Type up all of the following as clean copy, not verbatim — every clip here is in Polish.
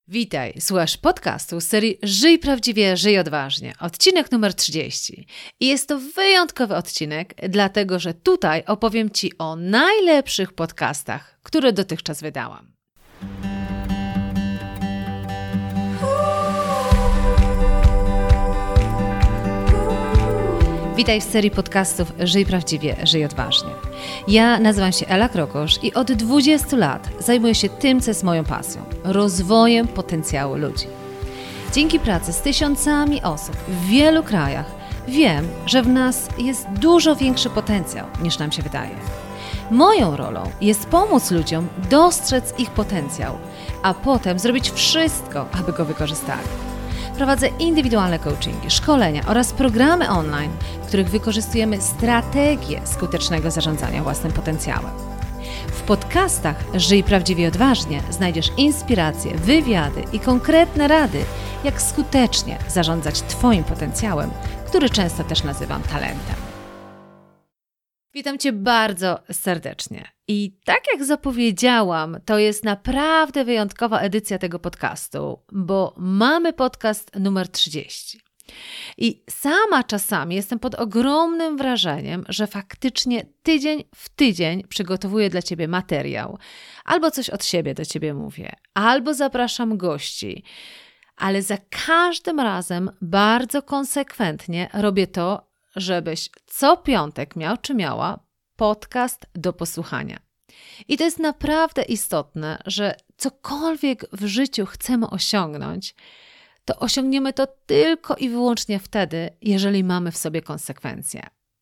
Witaj, słuchasz podcastu z serii Żyj prawdziwie, żyj odważnie, odcinek numer 30. I jest to wyjątkowy odcinek, dlatego że tutaj opowiem Ci o najlepszych podcastach, które dotychczas wydałam. Witaj w serii podcastów Żyj prawdziwie, żyj odważnie. Ja nazywam się Ela Krokosz i od 20 lat zajmuję się tym, co jest moją pasją – rozwojem potencjału ludzi. Dzięki pracy z tysiącami osób w wielu krajach wiem, że w nas jest dużo większy potencjał niż nam się wydaje. Moją rolą jest pomóc ludziom dostrzec ich potencjał, a potem zrobić wszystko, aby go wykorzystali. Prowadzę indywidualne coachingi, szkolenia oraz programy online, w których wykorzystujemy strategię skutecznego zarządzania własnym potencjałem. W podcastach Żyj prawdziwie odważnie znajdziesz inspiracje, wywiady i konkretne rady, jak skutecznie zarządzać Twoim potencjałem, który często też nazywam talentem. Witam Cię bardzo serdecznie. I tak jak zapowiedziałam, to jest naprawdę wyjątkowa edycja tego podcastu, bo mamy podcast numer 30. I sama czasami jestem pod ogromnym wrażeniem, że faktycznie tydzień w tydzień przygotowuję dla Ciebie materiał, albo coś od siebie do Ciebie mówię, albo zapraszam gości, ale za każdym razem bardzo konsekwentnie robię to, żebyś co piątek miał czy miała podcast do posłuchania. I to jest naprawdę istotne, że cokolwiek w życiu chcemy osiągnąć, to osiągniemy to tylko i wyłącznie wtedy, jeżeli mamy w sobie konsekwencje.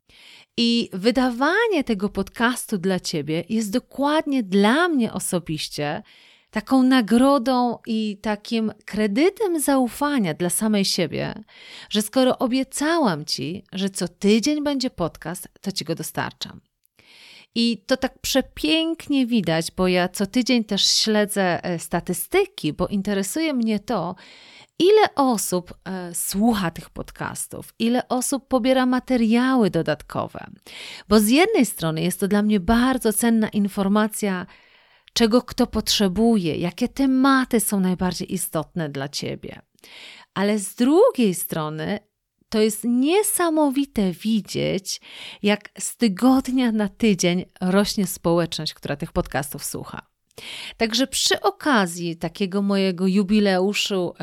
I wydawanie tego podcastu dla Ciebie jest dokładnie dla mnie osobiście taką nagrodą i takim kredytem zaufania dla samej siebie, że skoro obiecałam Ci, że co tydzień będzie podcast, to Ci go dostarczam. I to tak przepięknie widać, bo ja co tydzień też śledzę statystyki, bo interesuje mnie to, ile osób słucha tych podcastów, ile osób pobiera materiały dodatkowe. Bo z jednej strony jest to dla mnie bardzo cenna informacja, czego kto potrzebuje, jakie tematy są najbardziej istotne dla Ciebie. Ale z drugiej strony to jest niesamowite widzieć, jak z tygodnia na tydzień rośnie społeczność, która tych podcastów słucha. Także przy okazji takiego mojego jubileuszu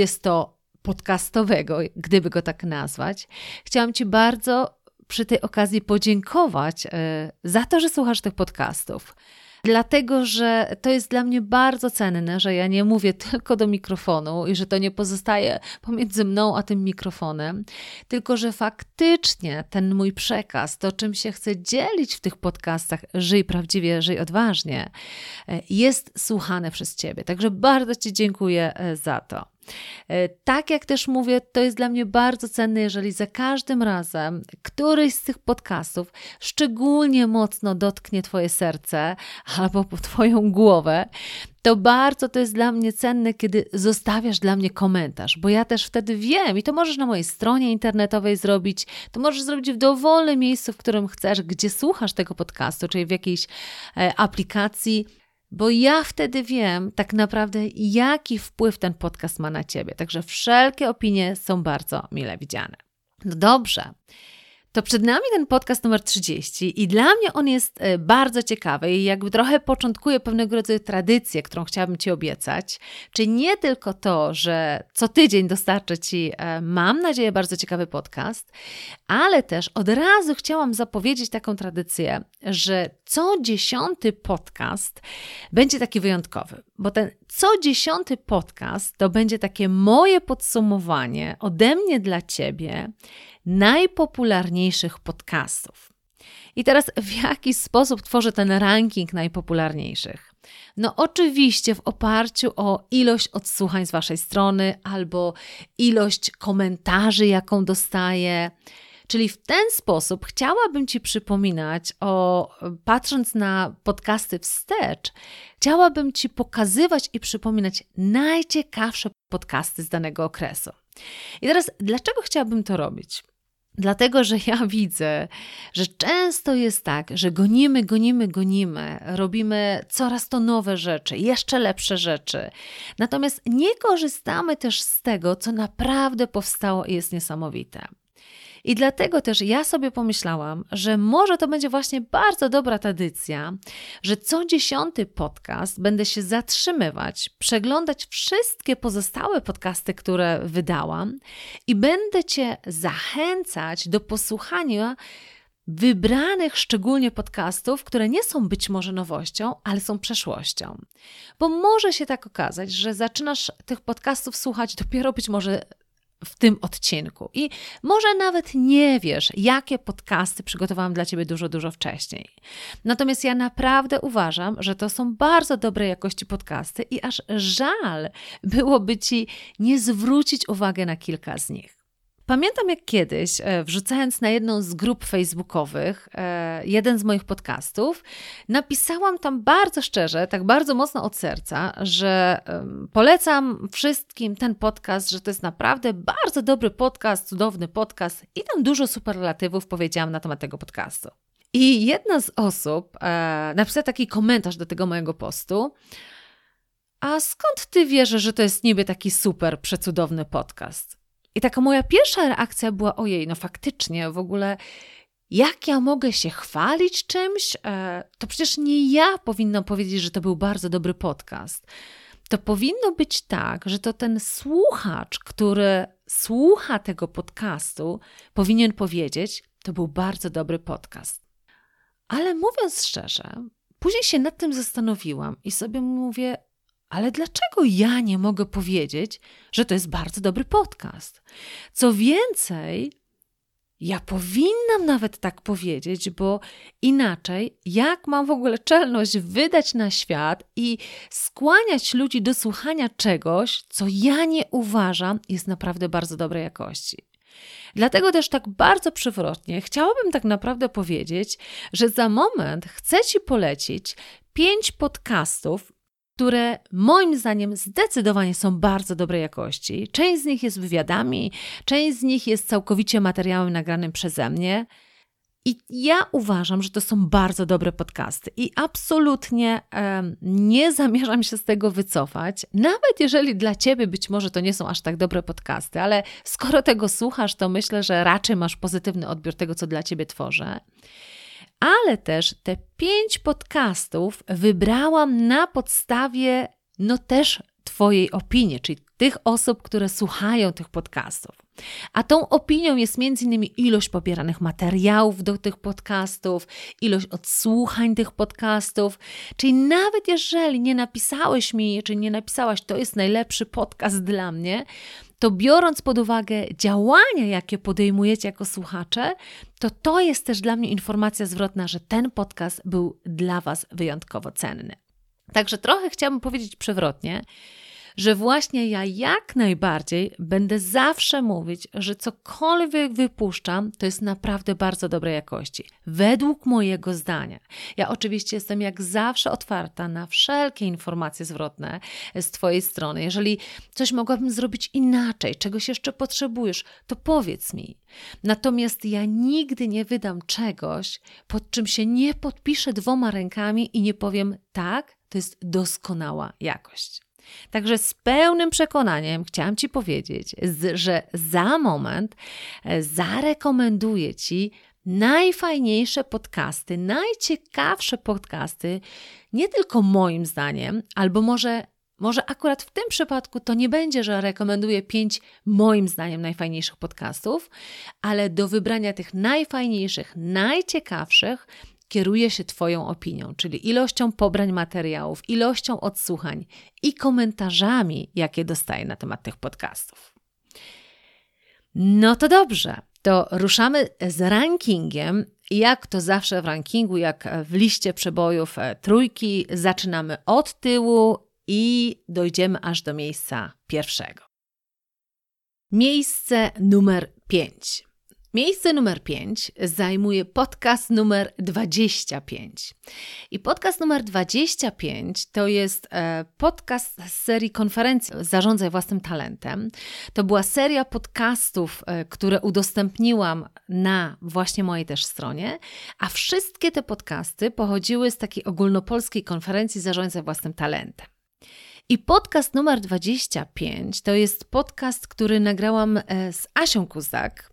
30-podcastowego, gdyby go tak nazwać, chciałam Ci bardzo przy tej okazji podziękować za to, że słuchasz tych podcastów. Dlatego, że to jest dla mnie bardzo cenne, że ja nie mówię tylko do mikrofonu i że to nie pozostaje pomiędzy mną a tym mikrofonem, tylko że faktycznie ten mój przekaz, to czym się chcę dzielić w tych podcastach Żyj prawdziwie, żyj odważnie, jest słuchane przez Ciebie. Także bardzo Ci dziękuję za to. Tak jak też mówię, to jest dla mnie bardzo cenne, jeżeli za każdym razem któryś z tych podcastów szczególnie mocno dotknie Twoje serce albo Twoją głowę, to bardzo to jest dla mnie cenne, kiedy zostawiasz dla mnie komentarz, bo ja też wtedy wiem i to możesz na mojej stronie internetowej zrobić, to możesz zrobić w dowolnym miejscu, w którym chcesz, gdzie słuchasz tego podcastu, czyli w jakiejś aplikacji, bo ja wtedy wiem tak naprawdę, jaki wpływ ten podcast ma na Ciebie. Także wszelkie opinie są bardzo mile widziane. No dobrze, to przed nami ten podcast numer 30 i dla mnie on jest bardzo ciekawy i jakby trochę początkuje pewnego rodzaju tradycję, którą chciałabym Ci obiecać. Czyli nie tylko to, że co tydzień dostarczę Ci, mam nadzieję, bardzo ciekawy podcast, ale też od razu chciałam zapowiedzieć taką tradycję, że co 10. podcast będzie taki wyjątkowy, bo ten co 10. podcast to będzie takie moje podsumowanie ode mnie dla Ciebie najpopularniejszych podcastów. I teraz w jaki sposób tworzę ten ranking najpopularniejszych? No oczywiście w oparciu o ilość odsłuchań z Waszej strony albo ilość komentarzy, jaką dostaję. Czyli w ten sposób chciałabym Ci przypominać, patrząc na podcasty wstecz, chciałabym Ci pokazywać i przypominać najciekawsze podcasty z danego okresu. I teraz, dlaczego chciałabym to robić? Dlatego, że ja widzę, że często jest tak, że gonimy, robimy coraz to nowe rzeczy, jeszcze lepsze rzeczy. Natomiast nie korzystamy też z tego, co naprawdę powstało i jest niesamowite. I dlatego też ja sobie pomyślałam, że może to będzie właśnie bardzo dobra tradycja, że co 10. podcast będę się zatrzymywać, przeglądać wszystkie pozostałe podcasty, które wydałam i będę Cię zachęcać do posłuchania wybranych szczególnie podcastów, które nie są być może nowością, ale są przeszłością. Bo może się tak okazać, że zaczynasz tych podcastów słuchać dopiero być może w tym odcinku. I może nawet nie wiesz, jakie podcasty przygotowałam dla Ciebie dużo wcześniej. Natomiast ja naprawdę uważam, że to są bardzo dobrej jakości podcasty i aż żal byłoby Ci nie zwrócić uwagi na kilka z nich. Pamiętam jak kiedyś, wrzucając na jedną z grup facebookowych jeden z moich podcastów, napisałam tam bardzo szczerze, tak bardzo mocno od serca, że polecam wszystkim ten podcast, że to jest naprawdę bardzo dobry podcast, cudowny podcast i tam dużo superlatywów powiedziałam na temat tego podcastu. I jedna z osób napisała taki komentarz do tego mojego postu: a skąd Ty wiesz, że to jest niby taki super, przecudowny podcast? I taka moja pierwsza reakcja była: ojej, no faktycznie, w ogóle jak ja mogę się chwalić czymś? To przecież nie ja powinnam powiedzieć, że to był bardzo dobry podcast. To powinno być tak, że to ten słuchacz, który słucha tego podcastu, powinien powiedzieć: to był bardzo dobry podcast. Ale mówiąc szczerze, później się nad tym zastanowiłam i sobie mówię: ale dlaczego ja nie mogę powiedzieć, że to jest bardzo dobry podcast? Co więcej, ja powinnam nawet tak powiedzieć, bo inaczej jak mam w ogóle czelność wydać na świat i skłaniać ludzi do słuchania czegoś, co ja nie uważam jest naprawdę bardzo dobrej jakości. Dlatego też tak bardzo przewrotnie chciałabym tak naprawdę powiedzieć, że za moment chcę Ci polecić 5 podcastów, które moim zdaniem zdecydowanie są bardzo dobrej jakości. Część z nich jest wywiadami, część z nich jest całkowicie materiałem nagranym przeze mnie. I ja uważam, że to są bardzo dobre podcasty i absolutnie nie zamierzam się z tego wycofać, nawet jeżeli dla Ciebie być może to nie są aż tak dobre podcasty, ale skoro tego słuchasz, to myślę, że raczej masz pozytywny odbiór tego, co dla Ciebie tworzę. Ale też te 5 podcastów wybrałam na podstawie też Twojej opinii, czyli tych osób, które słuchają tych podcastów. A tą opinią jest m.in. ilość pobieranych materiałów do tych podcastów, ilość odsłuchań tych podcastów, czyli nawet jeżeli nie napisałeś mi, czy nie napisałaś, to jest najlepszy podcast dla mnie, to biorąc pod uwagę działania, jakie podejmujecie jako słuchacze, to jest też dla mnie informacja zwrotna, że ten podcast był dla Was wyjątkowo cenny. Także trochę chciałabym powiedzieć przewrotnie, że właśnie ja jak najbardziej będę zawsze mówić, że cokolwiek wypuszczam, to jest naprawdę bardzo dobrej jakości. Według mojego zdania. Ja oczywiście jestem jak zawsze otwarta na wszelkie informacje zwrotne z Twojej strony. Jeżeli coś mogłabym zrobić inaczej, czegoś jeszcze potrzebujesz, to powiedz mi. Natomiast ja nigdy nie wydam czegoś, pod czym się nie podpiszę 2 rękami i nie powiem: tak, to jest doskonała jakość. Także z pełnym przekonaniem chciałam Ci powiedzieć, że za moment zarekomenduję Ci najfajniejsze podcasty, najciekawsze podcasty, nie tylko moim zdaniem, albo może akurat w tym przypadku to nie będzie, że rekomenduję 5 moim zdaniem najfajniejszych podcastów, ale do wybrania tych najfajniejszych, najciekawszych kieruje się Twoją opinią, czyli ilością pobrań materiałów, ilością odsłuchań i komentarzami, jakie dostaję na temat tych podcastów. No to dobrze, to ruszamy z rankingiem. Jak to zawsze w rankingu, jak w liście przebojów trójki, zaczynamy od tyłu i dojdziemy aż do miejsca pierwszego. Miejsce numer 5. Miejsce numer 5 zajmuje podcast numer 25. I podcast numer 25 to jest podcast z serii konferencji Zarządzaj własnym talentem. To była seria podcastów, które udostępniłam na właśnie mojej też stronie, a wszystkie te podcasty pochodziły z takiej ogólnopolskiej konferencji Zarządzaj własnym talentem. I podcast numer 25 to jest podcast, który nagrałam z Asią Kuzdak.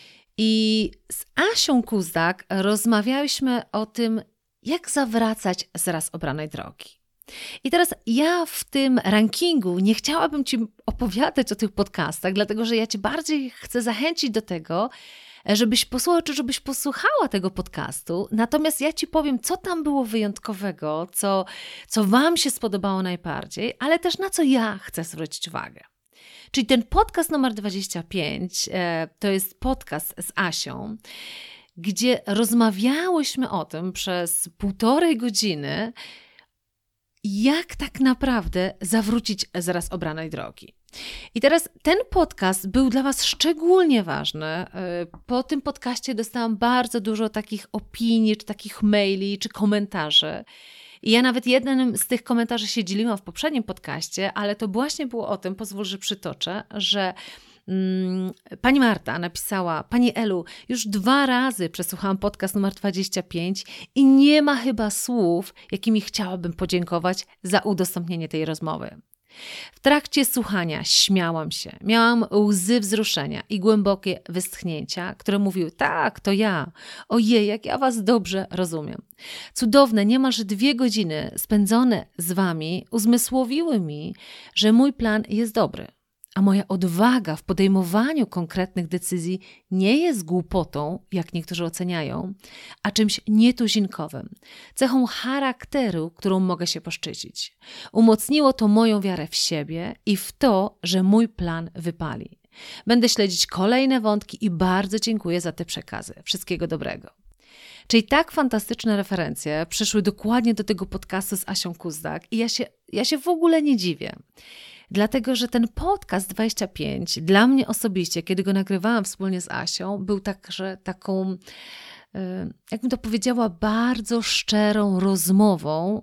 I z Asią Kuzdak rozmawiałyśmy o tym, jak zawracać z raz obranej drogi. I teraz ja w tym rankingu nie chciałabym Ci opowiadać o tych podcastach, dlatego że ja Cię bardziej chcę zachęcić do tego, żebyś posłuchał czy żebyś posłuchała tego podcastu. Natomiast ja Ci powiem, co tam było wyjątkowego, co Wam się spodobało najbardziej, ale też na co ja chcę zwrócić uwagę. Czyli ten podcast numer 25 to jest podcast z Asią, gdzie rozmawiałyśmy o tym przez 1,5 godziny, jak tak naprawdę zawrócić z raz obranej drogi. I teraz ten podcast był dla Was szczególnie ważny. Po tym podcaście dostałam bardzo dużo takich opinii, czy takich maili, czy komentarzy. I ja nawet jednym z tych komentarzy się dzieliłam w poprzednim podcaście, ale to właśnie było o tym, pozwól, że przytoczę, że pani Marta napisała: Pani Elu, już 2 razy przesłuchałam podcast numer 25 i nie ma chyba słów, jakimi chciałabym podziękować za udostępnienie tej rozmowy. W trakcie słuchania śmiałam się, miałam łzy wzruszenia i głębokie westchnięcia, które mówiły: tak, to ja, ojej, jak ja Was dobrze rozumiem. Cudowne, niemalże 2 godziny spędzone z Wami uzmysłowiły mi, że mój plan jest dobry, a moja odwaga w podejmowaniu konkretnych decyzji nie jest głupotą, jak niektórzy oceniają, a czymś nietuzinkowym, cechą charakteru, którą mogę się poszczycić. Umocniło to moją wiarę w siebie i w to, że mój plan wypali. Będę śledzić kolejne wątki i bardzo dziękuję za te przekazy. Wszystkiego dobrego. Czyli tak fantastyczne referencje przyszły dokładnie do tego podcastu z Asią Kuzdak i ja się w ogóle nie dziwię. Dlatego, że ten podcast 25 dla mnie osobiście, kiedy go nagrywałam wspólnie z Asią, był także taką, jakbym to powiedziała, bardzo szczerą rozmową,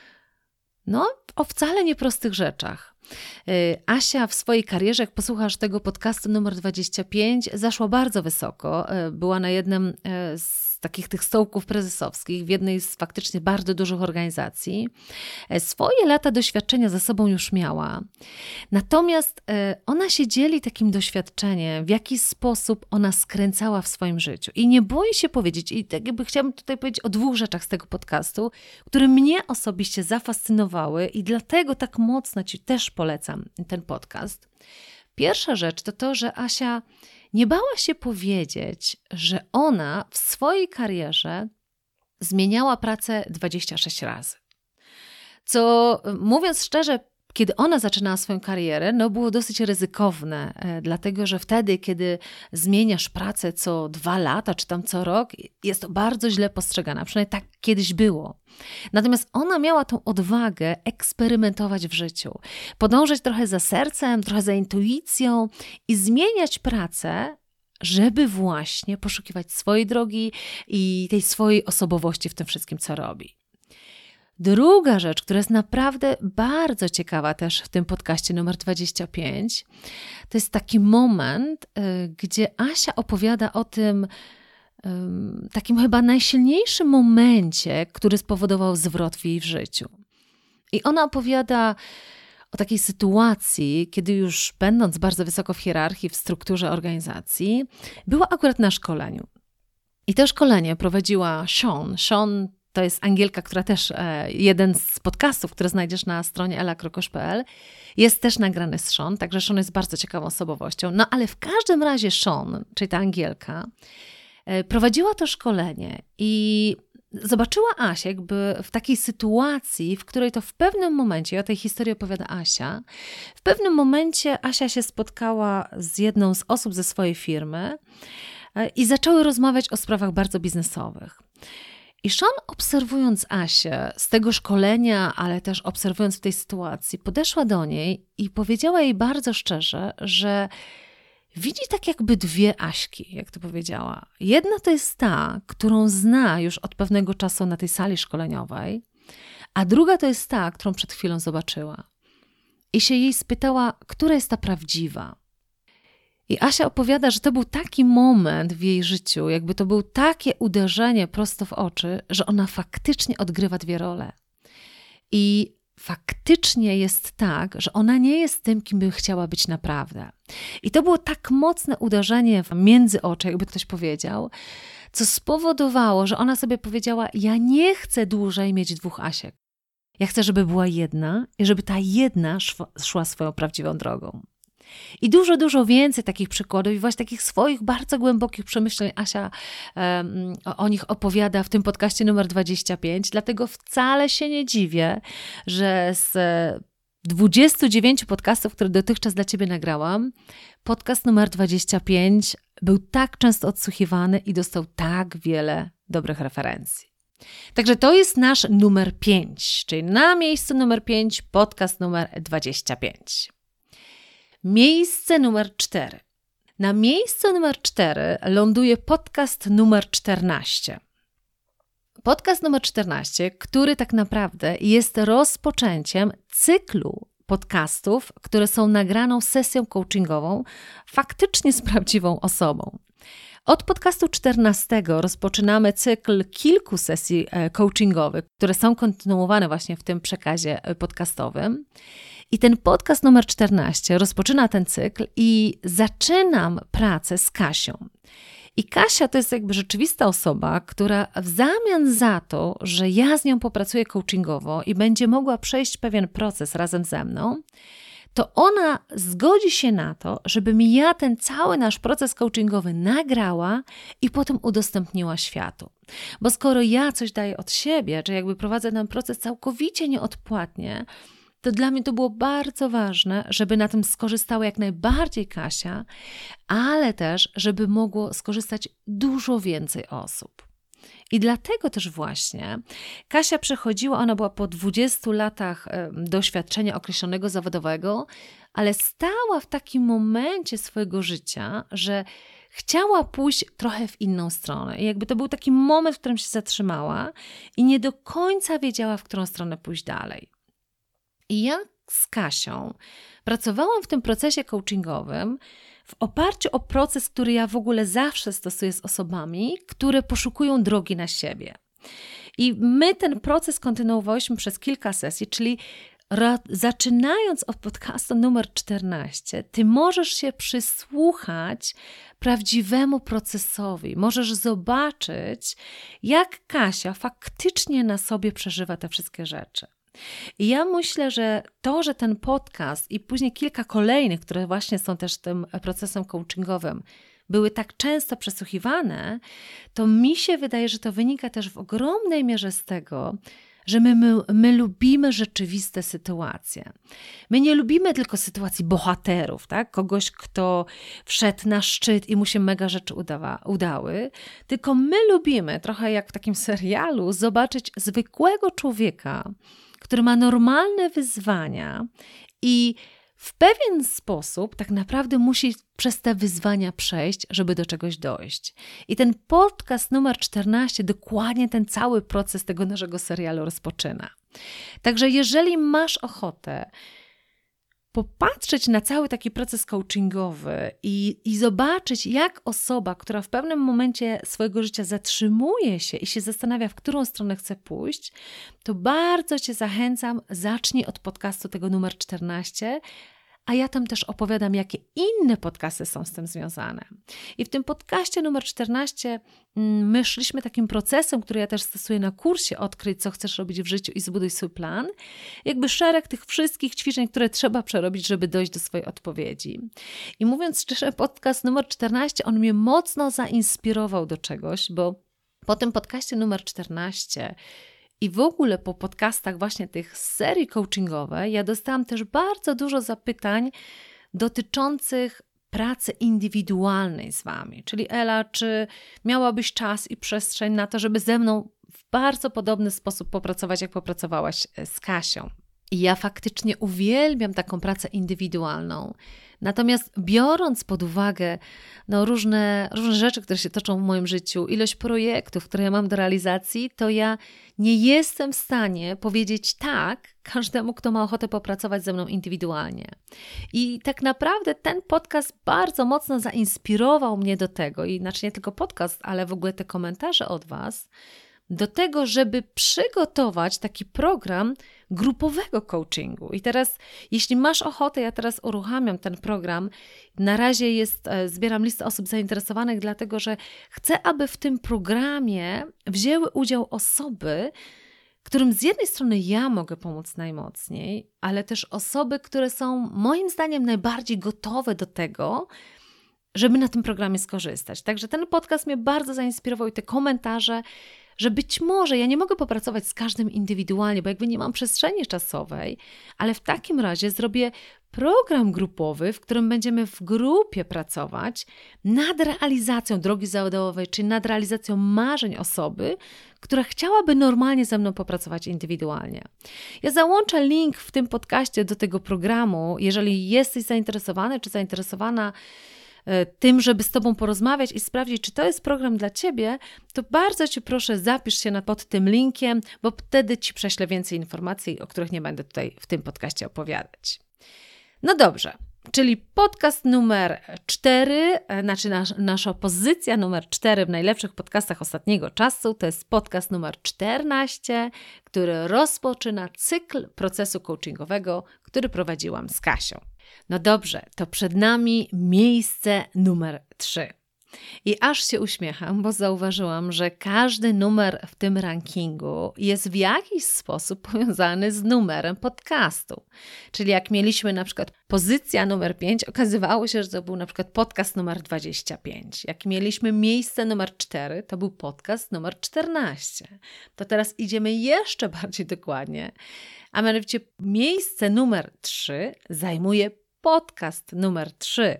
o wcale nieprostych rzeczach. Asia w swojej karierze, jak posłuchasz tego podcastu numer 25, zaszła bardzo wysoko. Była na jednym z takich tych stołków prezesowskich w jednej z faktycznie bardzo dużych organizacji. Swoje lata doświadczenia za sobą już miała. Natomiast ona się dzieli takim doświadczeniem, w jaki sposób ona skręcała w swoim życiu. I nie boi się powiedzieć, i tak jakby chciałabym tutaj powiedzieć o 2 rzeczach z tego podcastu, które mnie osobiście zafascynowały i dlatego tak mocno Ci też polecam ten podcast. Pierwsza rzecz to to, że Asia nie bała się powiedzieć, że ona w swojej karierze zmieniała pracę 26 razy. Co, mówiąc szczerze, kiedy ona zaczynała swoją karierę, było dosyć ryzykowne, dlatego że wtedy, kiedy zmieniasz pracę co 2 lata, czy tam co rok, jest to bardzo źle postrzegane, przynajmniej tak kiedyś było. Natomiast ona miała tą odwagę eksperymentować w życiu, podążać trochę za sercem, trochę za intuicją i zmieniać pracę, żeby właśnie poszukiwać swojej drogi i tej swojej osobowości w tym wszystkim, co robi. Druga rzecz, która jest naprawdę bardzo ciekawa też w tym podcaście numer 25, to jest taki moment, gdzie Asia opowiada o tym takim chyba najsilniejszym momencie, który spowodował zwrot w jej życiu. I ona opowiada o takiej sytuacji, kiedy już będąc bardzo wysoko w hierarchii, w strukturze organizacji, była akurat na szkoleniu. I to szkolenie prowadziła Sean. Sean to jest Angielka, która też, jeden z podcastów, które znajdziesz na stronie elakrokosz.pl, jest też nagrany z Sean, także Sean jest bardzo ciekawą osobowością. Ale w każdym razie Sean, czyli ta Angielka, prowadziła to szkolenie i zobaczyła Asię jakby w takiej sytuacji, w której to w pewnym momencie, o tej historii opowiada Asia, w pewnym momencie Asia się spotkała z jedną z osób ze swojej firmy i zaczęły rozmawiać o sprawach bardzo biznesowych. I Sean, obserwując Asię z tego szkolenia, ale też obserwując w tej sytuacji, podeszła do niej i powiedziała jej bardzo szczerze, że widzi tak jakby dwie Aśki, jak to powiedziała. Jedna to jest ta, którą zna już od pewnego czasu na tej sali szkoleniowej, a druga to jest ta, którą przed chwilą zobaczyła. I się jej spytała, która jest ta prawdziwa. I Asia opowiada, że to był taki moment w jej życiu, jakby to było takie uderzenie prosto w oczy, że ona faktycznie odgrywa dwie role. I faktycznie jest tak, że ona nie jest tym, kim by chciała być naprawdę. I to było tak mocne uderzenie między oczy, jakby ktoś powiedział, co spowodowało, że ona sobie powiedziała, ja nie chcę dłużej mieć dwóch Asiek. Ja chcę, żeby była jedna i żeby ta jedna szła swoją prawdziwą drogą. I dużo więcej takich przykładów i właśnie takich swoich bardzo głębokich przemyśleń Asia o nich opowiada w tym podcaście numer 25, dlatego wcale się nie dziwię, że z 29 podcastów, które dotychczas dla Ciebie nagrałam, podcast numer 25 był tak często odsłuchiwany i dostał tak wiele dobrych referencji. Także to jest nasz numer 5, czyli na miejscu numer 5 podcast numer 25. Miejsce numer 4. Na miejscu numer 4 ląduje podcast numer 14. Podcast numer 14, który tak naprawdę jest rozpoczęciem cyklu podcastów, które są nagraną sesją coachingową, faktycznie z prawdziwą osobą. Od podcastu 14 rozpoczynamy cykl kilku sesji coachingowych, które są kontynuowane właśnie w tym przekazie podcastowym. I ten podcast numer 14 rozpoczyna ten cykl i zaczynam pracę z Kasią. I Kasia to jest jakby rzeczywista osoba, która w zamian za to, że ja z nią popracuję coachingowo i będzie mogła przejść pewien proces razem ze mną, to ona zgodzi się na to, żebym ja ten cały nasz proces coachingowy nagrała i potem udostępniła światu. Bo skoro ja coś daję od siebie, czy jakby prowadzę ten proces całkowicie nieodpłatnie, to dla mnie to było bardzo ważne, żeby na tym skorzystała jak najbardziej Kasia, ale też, żeby mogło skorzystać dużo więcej osób. I dlatego też właśnie Kasia przechodziła, ona była po 20 latach doświadczenia określonego zawodowego, ale stała w takim momencie swojego życia, że chciała pójść trochę w inną stronę. I jakby to był taki moment, w którym się zatrzymała i nie do końca wiedziała, w którą stronę pójść dalej. I ja z Kasią pracowałam w tym procesie coachingowym w oparciu o proces, który ja w ogóle zawsze stosuję z osobami, które poszukują drogi na siebie. I my ten proces kontynuowałyśmy przez kilka sesji, czyli zaczynając od podcastu numer 14, ty możesz się przysłuchać prawdziwemu procesowi. Możesz zobaczyć, jak Kasia faktycznie na sobie przeżywa te wszystkie rzeczy. I ja myślę, że to, że ten podcast i później kilka kolejnych, które właśnie są też tym procesem coachingowym, były tak często przesłuchiwane, to mi się wydaje, że to wynika też w ogromnej mierze z tego, że my lubimy rzeczywiste sytuacje. My nie lubimy tylko sytuacji bohaterów, tak? Kogoś, kto wszedł na szczyt i mu się mega rzeczy udały, tylko my lubimy, trochę jak w takim serialu, zobaczyć zwykłego człowieka, który ma normalne wyzwania i w pewien sposób tak naprawdę musi przez te wyzwania przejść, żeby do czegoś dojść. I ten podcast numer 14 dokładnie ten cały proces tego naszego serialu rozpoczyna. Także jeżeli masz ochotę popatrzeć na cały taki proces coachingowy i zobaczyć, jak osoba, która w pewnym momencie swojego życia zatrzymuje się i się zastanawia, w którą stronę chce pójść, to bardzo Cię zachęcam, zacznij od podcastu tego numer 14, a ja tam też opowiadam, jakie inne podcasty są z tym związane. I w tym podcaście numer 14 my szliśmy takim procesem, który ja też stosuję na kursie Odkryj, co chcesz robić w życiu i zbuduj swój plan. Jakby szereg tych wszystkich ćwiczeń, które trzeba przerobić, żeby dojść do swojej odpowiedzi. I mówiąc szczerze, podcast numer 14, on mnie mocno zainspirował do czegoś, bo po tym podcaście numer 14 i w ogóle po podcastach właśnie tych z serii coachingowej ja dostałam też bardzo dużo zapytań dotyczących pracy indywidualnej z Wami. Czyli Ela, czy miałabyś czas i przestrzeń na to, żeby ze mną w bardzo podobny sposób popracować, jak popracowałaś z Kasią? I ja faktycznie uwielbiam taką pracę indywidualną. Natomiast biorąc pod uwagę różne rzeczy, które się toczą w moim życiu, ilość projektów, które ja mam do realizacji, to ja nie jestem w stanie powiedzieć tak każdemu, kto ma ochotę popracować ze mną indywidualnie. I tak naprawdę ten podcast bardzo mocno zainspirował mnie do tego, i znaczy nie tylko podcast, ale w ogóle te komentarze od Was, do tego, żeby przygotować taki program grupowego coachingu. I teraz, jeśli masz ochotę, ja teraz uruchamiam ten program. Na razie zbieram listę osób zainteresowanych, dlatego że chcę, aby w tym programie wzięły udział osoby, którym z jednej strony ja mogę pomóc najmocniej, ale też osoby, które są moim zdaniem najbardziej gotowe do tego, żeby na tym programie skorzystać. Także ten podcast mnie bardzo zainspirował i te komentarze, że być może ja nie mogę popracować z każdym indywidualnie, bo jakby nie mam przestrzeni czasowej, ale w takim razie zrobię program grupowy, w którym będziemy w grupie pracować nad realizacją drogi zawodowej, czyli nad realizacją marzeń osoby, która chciałaby normalnie ze mną popracować indywidualnie. Ja załączę link w tym podcaście do tego programu, jeżeli jesteś zainteresowany czy zainteresowana tym, żeby z Tobą porozmawiać i sprawdzić, czy to jest program dla Ciebie, to bardzo Cię proszę, zapisz się pod tym linkiem, bo wtedy Ci prześlę więcej informacji, o których nie będę tutaj w tym podcaście opowiadać. No dobrze, czyli podcast numer 4, znaczy nasza pozycja numer 4 w najlepszych podcastach ostatniego czasu, to jest podcast numer 14, który rozpoczyna cykl procesu coachingowego, który prowadziłam z Kasią. No dobrze, to przed nami miejsce numer 3. I aż się uśmiecham, bo zauważyłam, że każdy numer w tym rankingu jest w jakiś sposób powiązany z numerem podcastu. Czyli jak mieliśmy na przykład pozycja numer 5, okazywało się, że to był na przykład podcast numer 25. Jak mieliśmy miejsce numer 4, to był podcast numer 14. To teraz idziemy jeszcze bardziej dokładnie, a mianowicie miejsce numer 3 zajmuje podcast numer 3.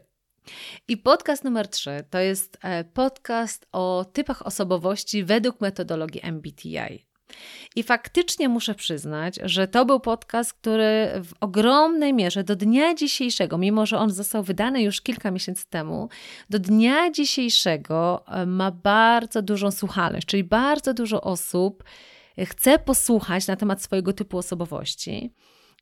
I podcast numer 3 to jest podcast o typach osobowości według metodologii MBTI. I faktycznie muszę przyznać, że to był podcast, który w ogromnej mierze do dnia dzisiejszego, mimo że on został wydany już kilka miesięcy temu, do dnia dzisiejszego ma bardzo dużą słuchalność, czyli bardzo dużo osób chce posłuchać na temat swojego typu osobowości.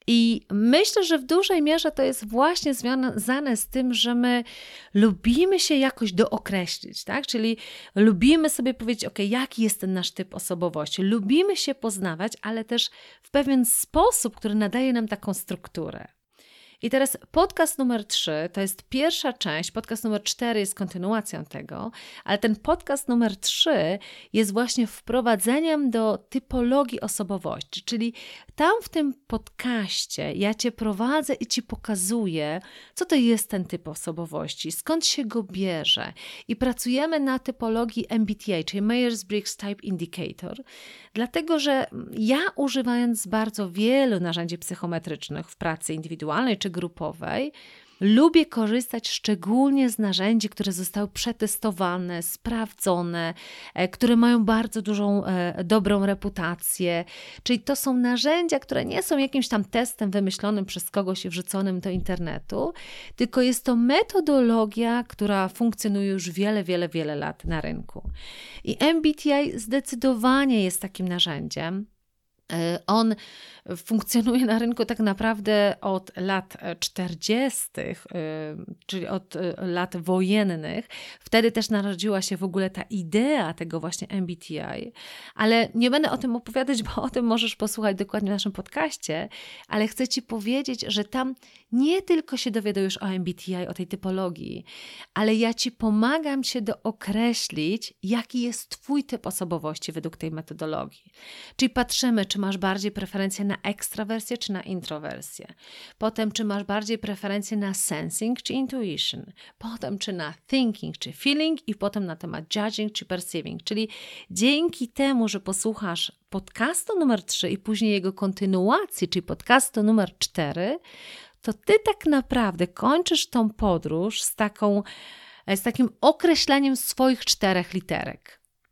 I myślę, że w dużej mierze to jest właśnie związane z tym, że my lubimy się jakoś dookreślić, tak? Czyli lubimy sobie powiedzieć, jaki jest ten nasz typ osobowości. Lubimy się poznawać, ale też w pewien sposób, który nadaje nam taką strukturę. I teraz podcast numer 3 to jest pierwsza część, podcast numer 4 jest kontynuacją tego, ale ten podcast numer 3 jest właśnie wprowadzeniem do typologii osobowości, czyli tam w tym podcaście ja Cię prowadzę i Ci pokazuję, co to jest ten typ osobowości, skąd się go bierze i pracujemy na typologii MBTI, czyli Myers-Briggs Type Indicator, dlatego, że ja używając bardzo wielu narzędzi psychometrycznych w pracy indywidualnej czy grupowej, lubię korzystać szczególnie z narzędzi, które zostały przetestowane, sprawdzone, które mają bardzo dużą, dobrą reputację. Czyli to są narzędzia, które nie są jakimś tam testem wymyślonym przez kogoś i wrzuconym do internetu, tylko jest to metodologia, która funkcjonuje już wiele lat na rynku. I MBTI zdecydowanie jest takim narzędziem. On funkcjonuje na rynku tak naprawdę od lat 40., czyli od lat wojennych. Wtedy też narodziła się w ogóle ta idea tego właśnie MBTI, ale nie będę o tym opowiadać, bo o tym możesz posłuchać dokładnie w naszym podcaście, ale chcę Ci powiedzieć, że tam nie tylko się dowiadujesz o MBTI, o tej typologii, ale ja Ci pomagam się dookreślić, jaki jest Twój typ osobowości według tej metodologii. Czyli patrzymy, czy masz bardziej preferencję na ekstrawersję czy na introwersję. Potem, czy masz bardziej preferencję na sensing czy intuition. Potem, czy na thinking czy feeling i potem na temat judging czy perceiving. Czyli dzięki temu, że posłuchasz podcastu numer 3 i później jego kontynuacji, czyli podcastu numer 4, to Ty tak naprawdę kończysz tą podróż z takim określeniem swoich 4 literek.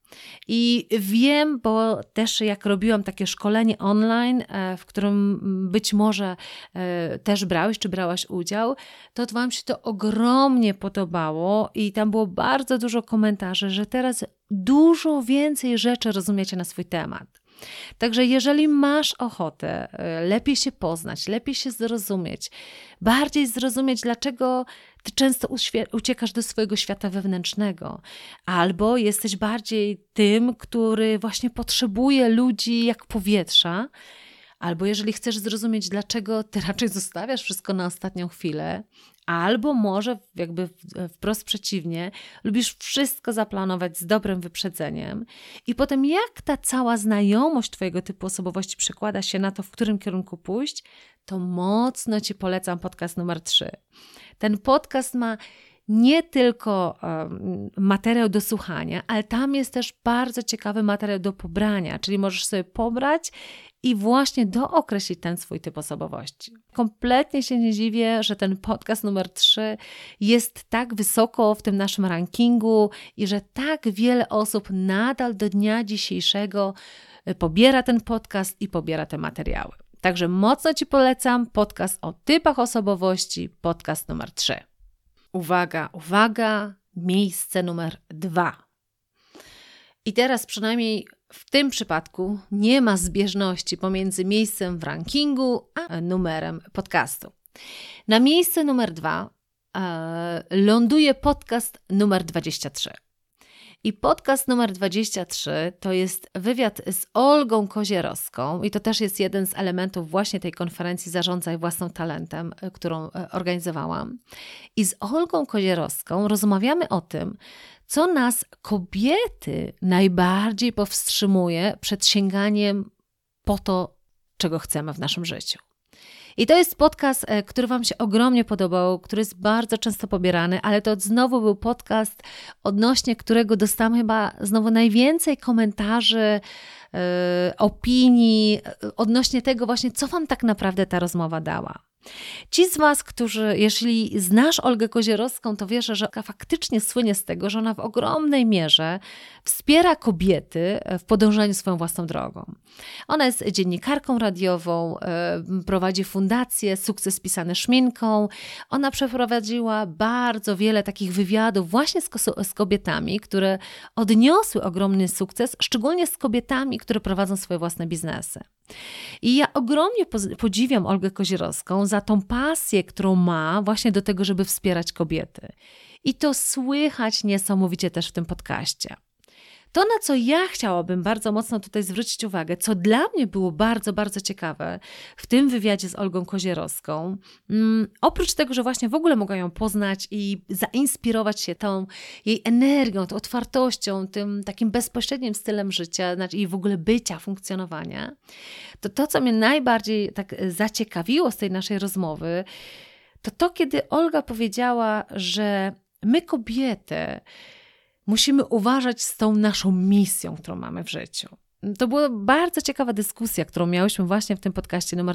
I wiem, bo też jak robiłam takie szkolenie online, w którym być może też brałeś czy brałaś udział, to Wam się to ogromnie podobało i tam było bardzo dużo komentarzy, że teraz dużo więcej rzeczy rozumiecie na swój temat. Także jeżeli masz ochotę lepiej się poznać, lepiej się zrozumieć, bardziej zrozumieć, dlaczego ty często uciekasz do swojego świata wewnętrznego, albo jesteś bardziej tym, który właśnie potrzebuje ludzi jak powietrza, albo jeżeli chcesz zrozumieć, dlaczego ty raczej zostawiasz wszystko na ostatnią chwilę, albo może jakby wprost przeciwnie, lubisz wszystko zaplanować z dobrym wyprzedzeniem i potem jak ta cała znajomość twojego typu osobowości przekłada się na to, w którym kierunku pójść, to mocno Ci polecam podcast numer 3. Ten podcast ma nie tylko materiał do słuchania, ale tam jest też bardzo ciekawy materiał do pobrania, czyli możesz sobie pobrać i właśnie dookreślić ten swój typ osobowości. Kompletnie się nie dziwię, że ten podcast numer 3 jest tak wysoko w tym naszym rankingu i że tak wiele osób nadal do dnia dzisiejszego pobiera ten podcast i pobiera te materiały. Także mocno Ci polecam podcast o typach osobowości, podcast numer 3. Uwaga, uwaga, miejsce numer 2. I teraz przynajmniej w tym przypadku nie ma zbieżności pomiędzy miejscem w rankingu a numerem podcastu. Na miejsce numer 2 ląduje podcast numer 23. I podcast numer 23 to jest wywiad z Olgą Kozierowską i to też jest jeden z elementów właśnie tej konferencji Zarządzaj własnym talentem, którą organizowałam. I z Olgą Kozierowską rozmawiamy o tym, co nas kobiety najbardziej powstrzymuje przed sięganiem po to, czego chcemy w naszym życiu. I to jest podcast, który Wam się ogromnie podobał, który jest bardzo często pobierany, ale to znowu był podcast, odnośnie którego dostałam chyba znowu najwięcej komentarzy, opinii, odnośnie tego właśnie, co Wam tak naprawdę ta rozmowa dała. Ci z Was, którzy, jeśli znasz Olgę Kozierowską, to wiesz, że faktycznie słynie z tego, że ona w ogromnej mierze wspiera kobiety w podążaniu swoją własną drogą. Ona jest dziennikarką radiową, prowadzi fundację Sukces pisany szminką. Ona przeprowadziła bardzo wiele takich wywiadów właśnie z kobietami, które odniosły ogromny sukces, szczególnie z kobietami, które prowadzą swoje własne biznesy. I ja ogromnie podziwiam Olgę Kozierowską za tą pasję, którą ma właśnie do tego, żeby wspierać kobiety. I to słychać niesamowicie też w tym podcaście. To, na co ja chciałabym bardzo mocno tutaj zwrócić uwagę, co dla mnie było bardzo, bardzo ciekawe w tym wywiadzie z Olgą Kozierowską, oprócz tego, że właśnie w ogóle mogła ją poznać i zainspirować się tą jej energią, tą otwartością, tym takim bezpośrednim stylem życia, znaczy i w ogóle bycia, funkcjonowania, to co mnie najbardziej tak zaciekawiło z tej naszej rozmowy, to kiedy Olga powiedziała, że my kobiety musimy uważać z tą naszą misją, którą mamy w życiu. To była bardzo ciekawa dyskusja, którą miałyśmy właśnie w tym podcaście numer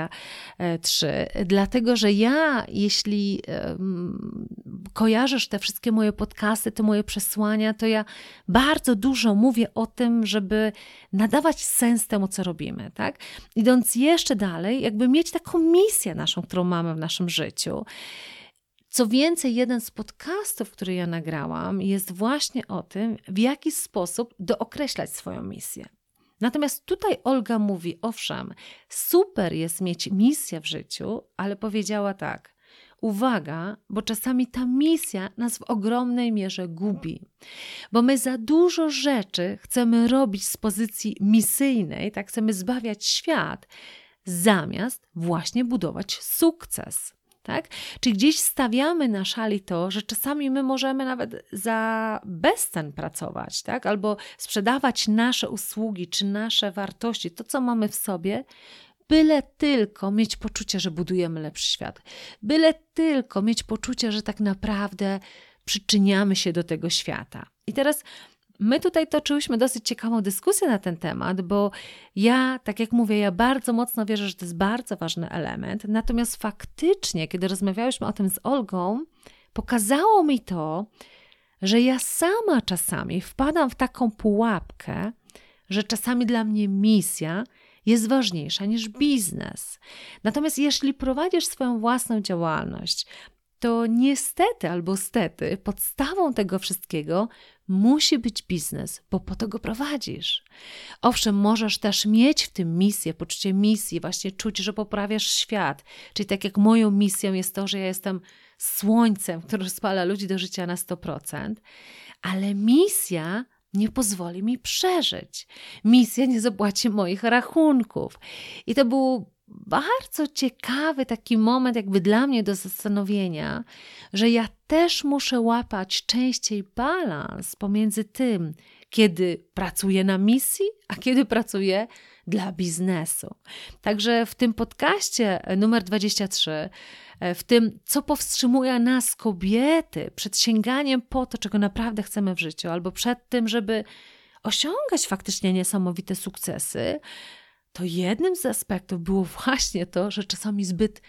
23, dlatego, że ja, jeśli kojarzysz te wszystkie moje podcasty, te moje przesłania, to ja bardzo dużo mówię o tym, żeby nadawać sens temu, co robimy, tak? Idąc jeszcze dalej, jakby mieć taką misję naszą, którą mamy w naszym życiu. Co więcej, jeden z podcastów, który ja nagrałam, jest właśnie o tym, w jaki sposób dookreślać swoją misję. Natomiast tutaj Olga mówi, owszem, super jest mieć misję w życiu, ale powiedziała tak, uwaga, bo czasami ta misja nas w ogromnej mierze gubi, bo my za dużo rzeczy chcemy robić z pozycji misyjnej, tak chcemy zbawiać świat, zamiast właśnie budować sukces. Tak? Czyli gdzieś stawiamy na szali to, że czasami my możemy nawet za bezcen pracować, tak? Albo sprzedawać nasze usługi czy nasze wartości, to co mamy w sobie, byle tylko mieć poczucie, że budujemy lepszy świat. Byle tylko mieć poczucie, że tak naprawdę przyczyniamy się do tego świata. I teraz my tutaj toczyłyśmy dosyć ciekawą dyskusję na ten temat, bo ja, tak jak mówię, ja bardzo mocno wierzę, że to jest bardzo ważny element. Natomiast faktycznie, kiedy rozmawiałyśmy o tym z Olgą, pokazało mi to, że ja sama czasami wpadam w taką pułapkę, że czasami dla mnie misja jest ważniejsza niż biznes. Natomiast jeśli prowadzisz swoją własną działalność, to niestety albo stety podstawą tego wszystkiego musi być biznes, bo po to go prowadzisz. Owszem, możesz też mieć w tym misję, poczucie misji, właśnie czuć, że poprawiasz świat. Czyli tak jak moją misją jest to, że ja jestem słońcem, które rozpala ludzi do życia na 100%, ale misja nie pozwoli mi przeżyć. Misja nie zapłaci moich rachunków. I to był bardzo ciekawy taki moment jakby dla mnie do zastanowienia, że ja też muszę łapać częściej balans pomiędzy tym, kiedy pracuję na misji, a kiedy pracuję dla biznesu. Także w tym podcaście numer 23, w tym, co powstrzymuje nas kobiety przed sięganiem po to, czego naprawdę chcemy w życiu, albo przed tym, żeby osiągać faktycznie niesamowite sukcesy, to jednym z aspektów było właśnie to, że czasami zbyt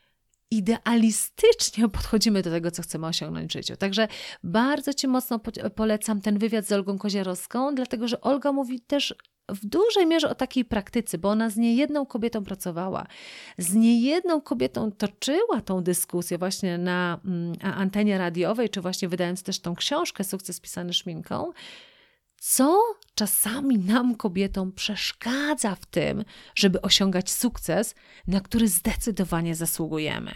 idealistycznie podchodzimy do tego, co chcemy osiągnąć w życiu. Także bardzo Ci mocno polecam ten wywiad z Olgą Koziarowską, dlatego że Olga mówi też w dużej mierze o takiej praktyce, bo ona z niejedną kobietą pracowała, z niejedną kobietą toczyła tą dyskusję właśnie na antenie radiowej, czy właśnie wydając też tą książkę Sukces pisany szminką, co czasami nam, kobietom, przeszkadza w tym, żeby osiągać sukces, na który zdecydowanie zasługujemy.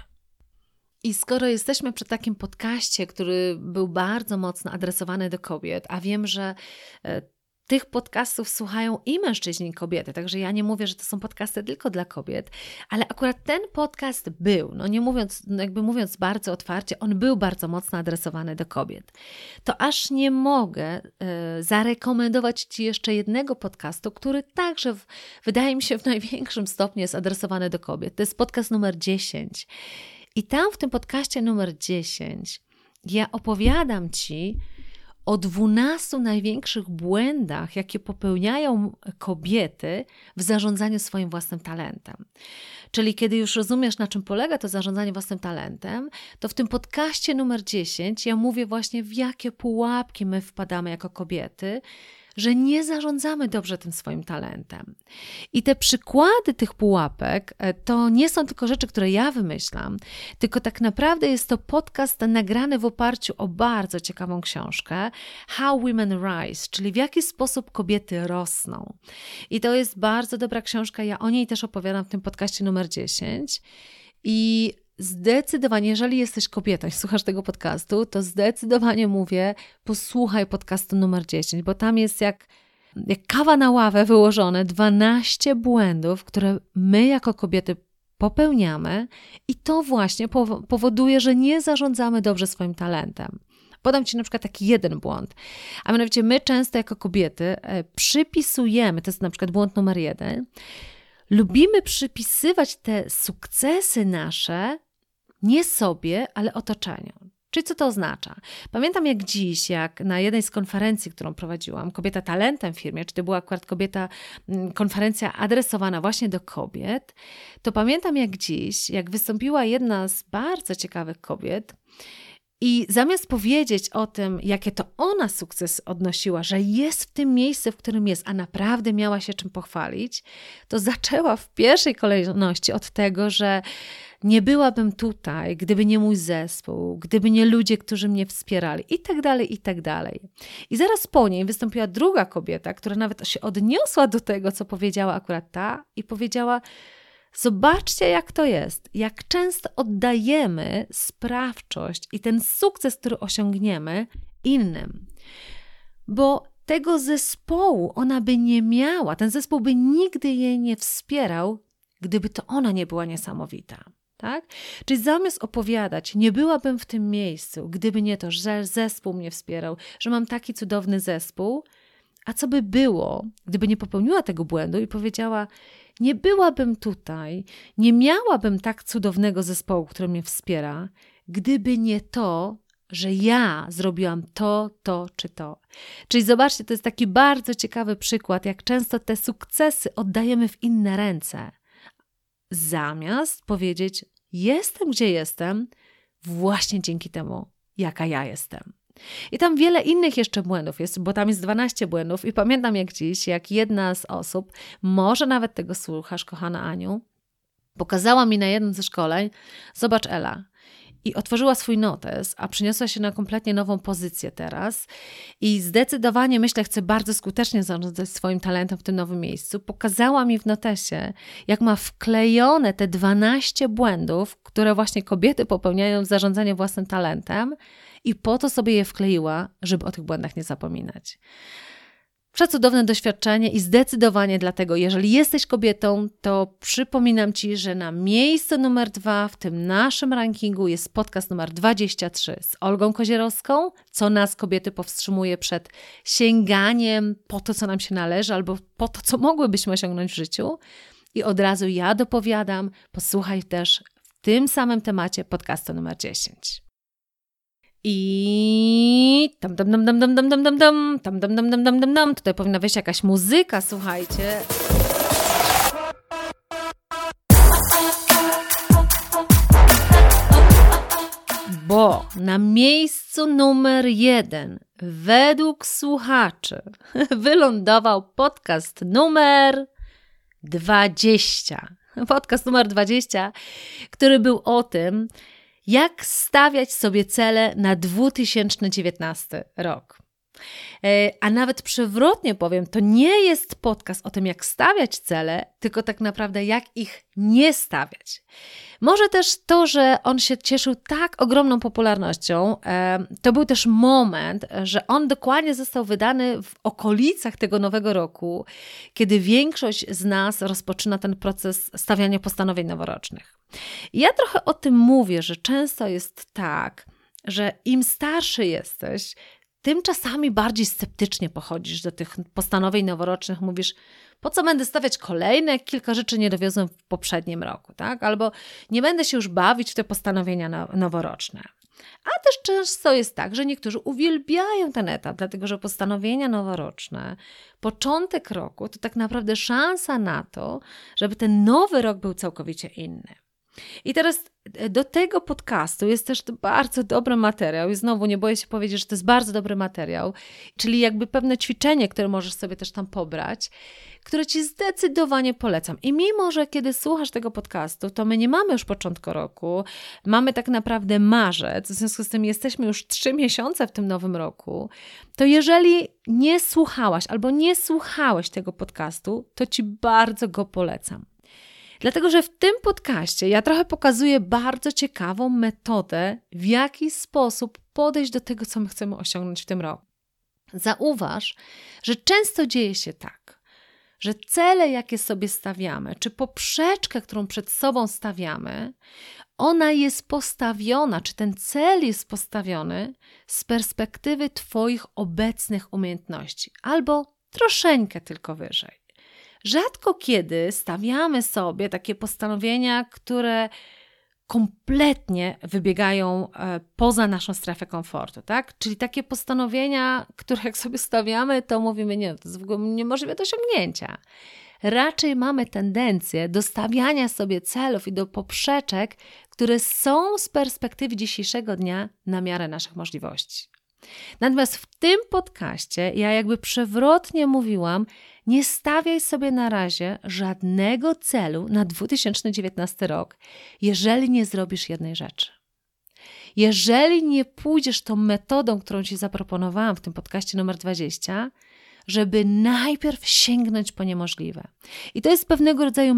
I skoro jesteśmy przy takim podcaście, który był bardzo mocno adresowany do kobiet, a wiem, że tych podcastów słuchają i mężczyźni, i kobiety, także ja nie mówię, że to są podcasty tylko dla kobiet, ale akurat ten podcast był, nie mówiąc bardzo otwarcie, on był bardzo mocno adresowany do kobiet. To aż nie mogę zarekomendować Ci jeszcze jednego podcastu, który także wydaje mi się w największym stopniu jest adresowany do kobiet. To jest podcast numer 10. I tam w tym podcaście numer 10 ja opowiadam Ci o 12 największych błędach, jakie popełniają kobiety w zarządzaniu swoim własnym talentem. Czyli kiedy już rozumiesz, na czym polega to zarządzanie własnym talentem, to w tym podcaście numer 10 ja mówię właśnie, w jakie pułapki my wpadamy jako kobiety, że nie zarządzamy dobrze tym swoim talentem. I te przykłady tych pułapek to nie są tylko rzeczy, które ja wymyślam, tylko tak naprawdę jest to podcast nagrany w oparciu o bardzo ciekawą książkę How Women Rise, czyli w jaki sposób kobiety rosną. I to jest bardzo dobra książka, ja o niej też opowiadam w tym podcaście numer 10 i zdecydowanie, jeżeli jesteś kobietą i słuchasz tego podcastu, to zdecydowanie mówię, posłuchaj podcastu numer 10, bo tam jest jak kawa na ławę wyłożone 12 błędów, które my jako kobiety popełniamy i to właśnie powoduje, że nie zarządzamy dobrze swoim talentem. Podam Ci na przykład taki jeden błąd, a mianowicie my często jako kobiety przypisujemy, to jest na przykład błąd numer 1, lubimy przypisywać te sukcesy nasze nie sobie, ale otoczeniu. Czyli co to oznacza? Pamiętam jak dziś, jak na jednej z konferencji, którą prowadziłam, Kobieta Talentem w firmie, czy to była akurat konferencja adresowana właśnie do kobiet, to pamiętam jak dziś, jak wystąpiła jedna z bardzo ciekawych kobiet i zamiast powiedzieć o tym, jakie to ona sukces odnosiła, że jest w tym miejscu, w którym jest, a naprawdę miała się czym pochwalić, to zaczęła w pierwszej kolejności od tego, że nie byłabym tutaj, gdyby nie mój zespół, gdyby nie ludzie, którzy mnie wspierali i tak dalej, i tak dalej. I zaraz po niej wystąpiła druga kobieta, która nawet się odniosła do tego, co powiedziała akurat ta i powiedziała: zobaczcie, jak to jest, jak często oddajemy sprawczość i ten sukces, który osiągniemy innym. Bo tego zespołu ona by nie miała, ten zespół by nigdy jej nie wspierał, gdyby to ona nie była niesamowita. Tak? Czyli zamiast opowiadać, nie byłabym w tym miejscu, gdyby nie to, że zespół mnie wspierał, że mam taki cudowny zespół, a co by było, gdyby nie popełniła tego błędu i powiedziała: nie byłabym tutaj, nie miałabym tak cudownego zespołu, który mnie wspiera, gdyby nie to, że ja zrobiłam to czy to. Czyli zobaczcie, to jest taki bardzo ciekawy przykład, jak często te sukcesy oddajemy w inne ręce. Zamiast powiedzieć: jestem, gdzie jestem, właśnie dzięki temu, jaka ja jestem. I tam wiele innych jeszcze błędów jest, bo tam jest 12 błędów i pamiętam jak dziś, jak jedna z osób, może nawet tego słuchasz, kochana Aniu, pokazała mi na jednym ze szkoleń, zobacz Ela, i otworzyła swój notes, a przyniosła się na kompletnie nową pozycję teraz i zdecydowanie, myślę, chce bardzo skutecznie zarządzać swoim talentem w tym nowym miejscu. Pokazała mi w notesie, jak ma wklejone te 12 błędów, które właśnie kobiety popełniają w zarządzaniu własnym talentem i po to sobie je wkleiła, żeby o tych błędach nie zapominać. Przecudowne doświadczenie i zdecydowanie dlatego, jeżeli jesteś kobietą, to przypominam Ci, że na miejscu numer 2 w tym naszym rankingu jest podcast numer 23 z Olgą Kozierowską, co nas kobiety powstrzymuje przed sięganiem po to, co nam się należy albo po to, co mogłybyśmy osiągnąć w życiu. I od razu ja dopowiadam, posłuchaj też w tym samym temacie podcastu numer 10. I tutaj powinna wejść jakaś muzyka, słuchajcie. Bo na miejscu numer 1 według słuchaczy wylądował podcast numer 20. Podcast numer 20, który był o tym, jak stawiać sobie cele na 2019 rok. A nawet przewrotnie powiem, to nie jest podcast o tym, jak stawiać cele, tylko tak naprawdę jak ich nie stawiać. Może też to, że on się cieszył tak ogromną popularnością, to był też moment, że on dokładnie został wydany w okolicach tego nowego roku, kiedy większość z nas rozpoczyna ten proces stawiania postanowień noworocznych. I ja trochę o tym mówię, że często jest tak, że im starszy jesteś, tym czasami bardziej sceptycznie podchodzisz do tych postanowień noworocznych, mówisz, po co będę stawiać kolejne, jak kilka rzeczy nie dowiozłem w poprzednim roku, tak? Albo nie będę się już bawić w te postanowienia noworoczne. A też często jest tak, że niektórzy uwielbiają ten etap, dlatego że postanowienia noworoczne, początek roku to tak naprawdę szansa na to, żeby ten nowy rok był całkowicie inny. I teraz do tego podcastu jest też bardzo dobry materiał i znowu nie boję się powiedzieć, że to jest bardzo dobry materiał, czyli jakby pewne ćwiczenie, które możesz sobie też tam pobrać, które Ci zdecydowanie polecam. I mimo, że kiedy słuchasz tego podcastu, to my nie mamy już początku roku, mamy tak naprawdę marzec, w związku z tym jesteśmy już 3 miesiące w tym nowym roku, to jeżeli nie słuchałaś albo nie słuchałeś tego podcastu, to Ci bardzo go polecam. Dlatego, że w tym podcaście ja trochę pokazuję bardzo ciekawą metodę, w jaki sposób podejść do tego, co my chcemy osiągnąć w tym roku. Zauważ, że często dzieje się tak, że cele, jakie sobie stawiamy, czy poprzeczkę, którą przed sobą stawiamy, ona jest postawiona, czy ten cel jest postawiony z perspektywy Twoich obecnych umiejętności, albo troszeczkę tylko wyżej. Rzadko kiedy stawiamy sobie takie postanowienia, które kompletnie wybiegają poza naszą strefę komfortu, tak? Czyli takie postanowienia, które jak sobie stawiamy, to mówimy, nie, to jest w ogóle niemożliwe do osiągnięcia. Raczej mamy tendencję do stawiania sobie celów i do poprzeczek, które są z perspektywy dzisiejszego dnia na miarę naszych możliwości. Natomiast w tym podcaście ja jakby przewrotnie mówiłam, nie stawiaj sobie na razie żadnego celu na 2019 rok, jeżeli nie zrobisz jednej rzeczy. Jeżeli nie pójdziesz tą metodą, którą Ci zaproponowałam w tym podcaście numer 20, żeby najpierw sięgnąć po niemożliwe. I to jest pewnego rodzaju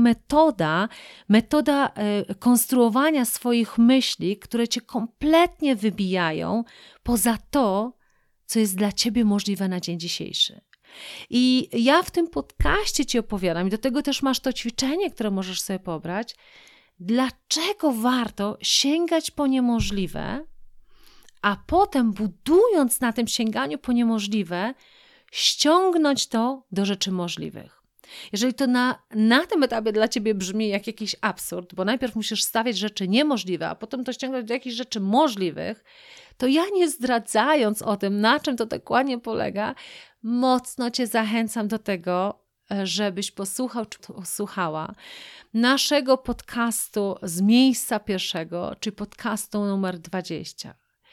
metoda konstruowania swoich myśli, które Cię kompletnie wybijają poza to, co jest dla Ciebie możliwe na dzień dzisiejszy. I ja w tym podcaście Ci opowiadam i do tego też masz to ćwiczenie, które możesz sobie pobrać, dlaczego warto sięgać po niemożliwe, a potem budując na tym sięganiu po niemożliwe, ściągnąć to do rzeczy możliwych. Jeżeli to na tym etapie dla Ciebie brzmi jak jakiś absurd, bo najpierw musisz stawiać rzeczy niemożliwe, a potem to ściągnąć do jakichś rzeczy możliwych, to ja nie zdradzając o tym, na czym to dokładnie polega, mocno Cię zachęcam do tego, żebyś posłuchał czy posłuchała naszego podcastu z miejsca pierwszego, czyli podcastu numer 20.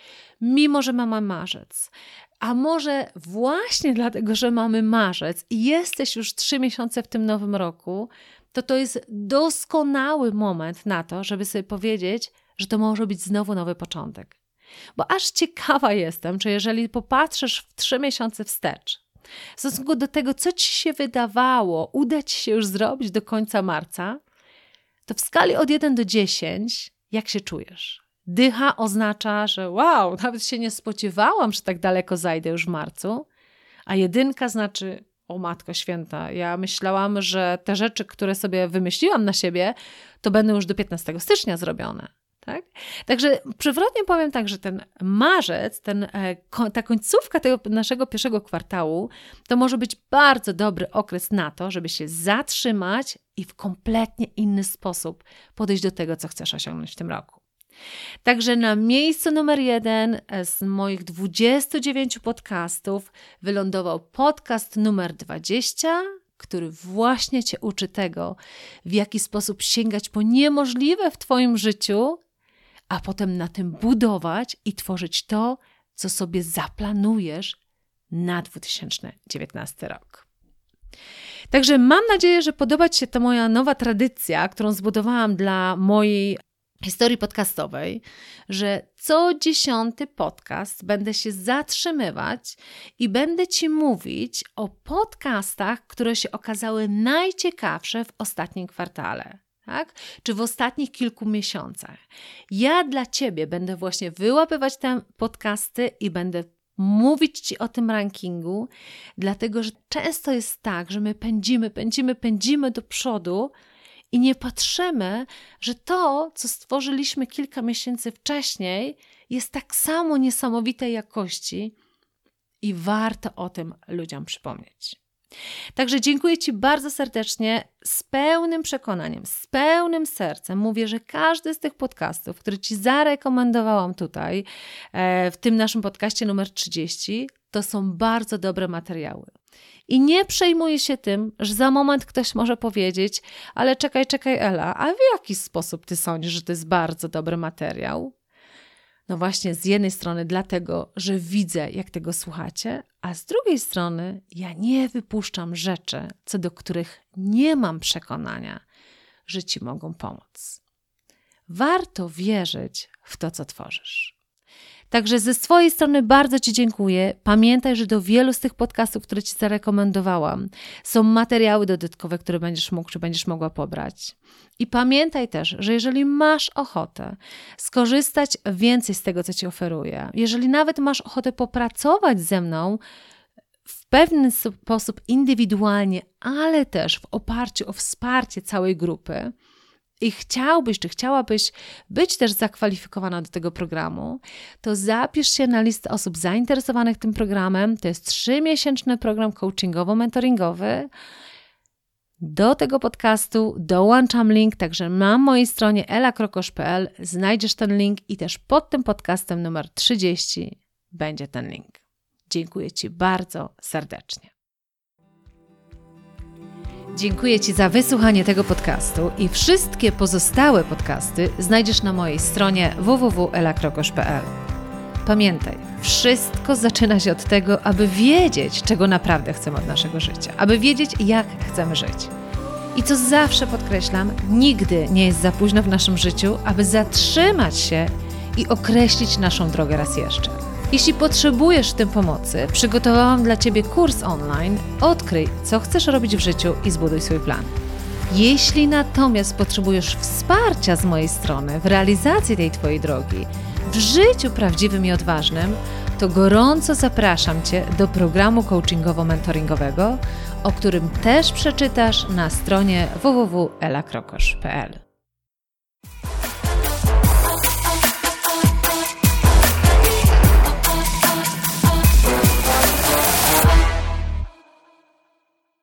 mimo że mamy marzec. A może właśnie dlatego, że mamy marzec i jesteś już 3 miesiące w tym nowym roku, to jest doskonały moment na to, żeby sobie powiedzieć, że to może być znowu nowy początek. Bo aż ciekawa jestem, czy jeżeli popatrzysz w 3 miesiące wstecz, w stosunku do tego, co Ci się wydawało, uda Ci się już zrobić do końca marca, to w skali od 1 do 10, jak się czujesz? Dycha oznacza, że wow, nawet się nie spodziewałam, że tak daleko zajdę już w marcu, a 1 znaczy, o Matko Święta, ja myślałam, że te rzeczy, które sobie wymyśliłam na siebie, to będą już do 15 stycznia zrobione. Tak? Także przewrotnie powiem tak, że ten marzec, ta końcówka tego naszego pierwszego kwartału, to może być bardzo dobry okres na to, żeby się zatrzymać i w kompletnie inny sposób podejść do tego, co chcesz osiągnąć w tym roku. Także na miejscu numer 1 z moich 29 podcastów wylądował podcast numer 20, który właśnie Cię uczy tego, w jaki sposób sięgać po niemożliwe w Twoim życiu, a potem na tym budować i tworzyć to, co sobie zaplanujesz na 2019 rok. Także mam nadzieję, że podoba Ci się ta moja nowa tradycja, którą zbudowałam dla mojej historii podcastowej, że co 10. podcast będę się zatrzymywać i będę Ci mówić o podcastach, które się okazały najciekawsze w ostatnim kwartale. Tak? Czy w ostatnich kilku miesiącach. Ja dla Ciebie będę właśnie wyłapywać te podcasty i będę mówić Ci o tym rankingu, dlatego że często jest tak, że my pędzimy do przodu i nie patrzymy, że to, co stworzyliśmy kilka miesięcy wcześniej, jest tak samo niesamowitej jakości i warto o tym ludziom przypomnieć. Także dziękuję Ci bardzo serdecznie, z pełnym przekonaniem, z pełnym sercem mówię, że każdy z tych podcastów, który Ci zarekomendowałam tutaj, w tym naszym podcaście numer 30, to są bardzo dobre materiały. I nie przejmuję się tym, że za moment ktoś może powiedzieć, ale czekaj Ela, a w jaki sposób Ty sądzisz, że to jest bardzo dobry materiał? No właśnie z jednej strony dlatego, że widzę, jak tego słuchacie, a z drugiej strony ja nie wypuszczam rzeczy, co do których nie mam przekonania, że Ci mogą pomóc. Warto wierzyć w to, co tworzysz. Także ze swojej strony bardzo Ci dziękuję. Pamiętaj, że do wielu z tych podcastów, które Ci zarekomendowałam, są materiały dodatkowe, które będziesz mógł czy będziesz mogła pobrać. I pamiętaj też, że jeżeli masz ochotę skorzystać więcej z tego, co Ci oferuję, jeżeli nawet masz ochotę popracować ze mną w pewien sposób indywidualnie, ale też w oparciu o wsparcie całej grupy, i chciałbyś, czy chciałabyś być też zakwalifikowana do tego programu, to zapisz się na listę osób zainteresowanych tym programem. To jest 3-miesięczny program coachingowo-mentoringowy. Do tego podcastu dołączam link, także na mojej stronie elakrokosz.pl znajdziesz ten link i też pod tym podcastem numer 30 będzie ten link. Dziękuję Ci bardzo serdecznie. Dziękuję Ci za wysłuchanie tego podcastu i wszystkie pozostałe podcasty znajdziesz na mojej stronie www.elakrokosz.pl. Pamiętaj, wszystko zaczyna się od tego, aby wiedzieć, czego naprawdę chcemy od naszego życia, aby wiedzieć, jak chcemy żyć. I co zawsze podkreślam, nigdy nie jest za późno w naszym życiu, aby zatrzymać się i określić naszą drogę raz jeszcze. Jeśli potrzebujesz w tym pomocy, przygotowałam dla Ciebie kurs online Odkryj, co chcesz robić w życiu i zbuduj swój plan. Jeśli natomiast potrzebujesz wsparcia z mojej strony w realizacji tej Twojej drogi, w życiu prawdziwym i odważnym, to gorąco zapraszam Cię do programu coachingowo-mentoringowego, o którym też przeczytasz na stronie www.elakrokosz.pl.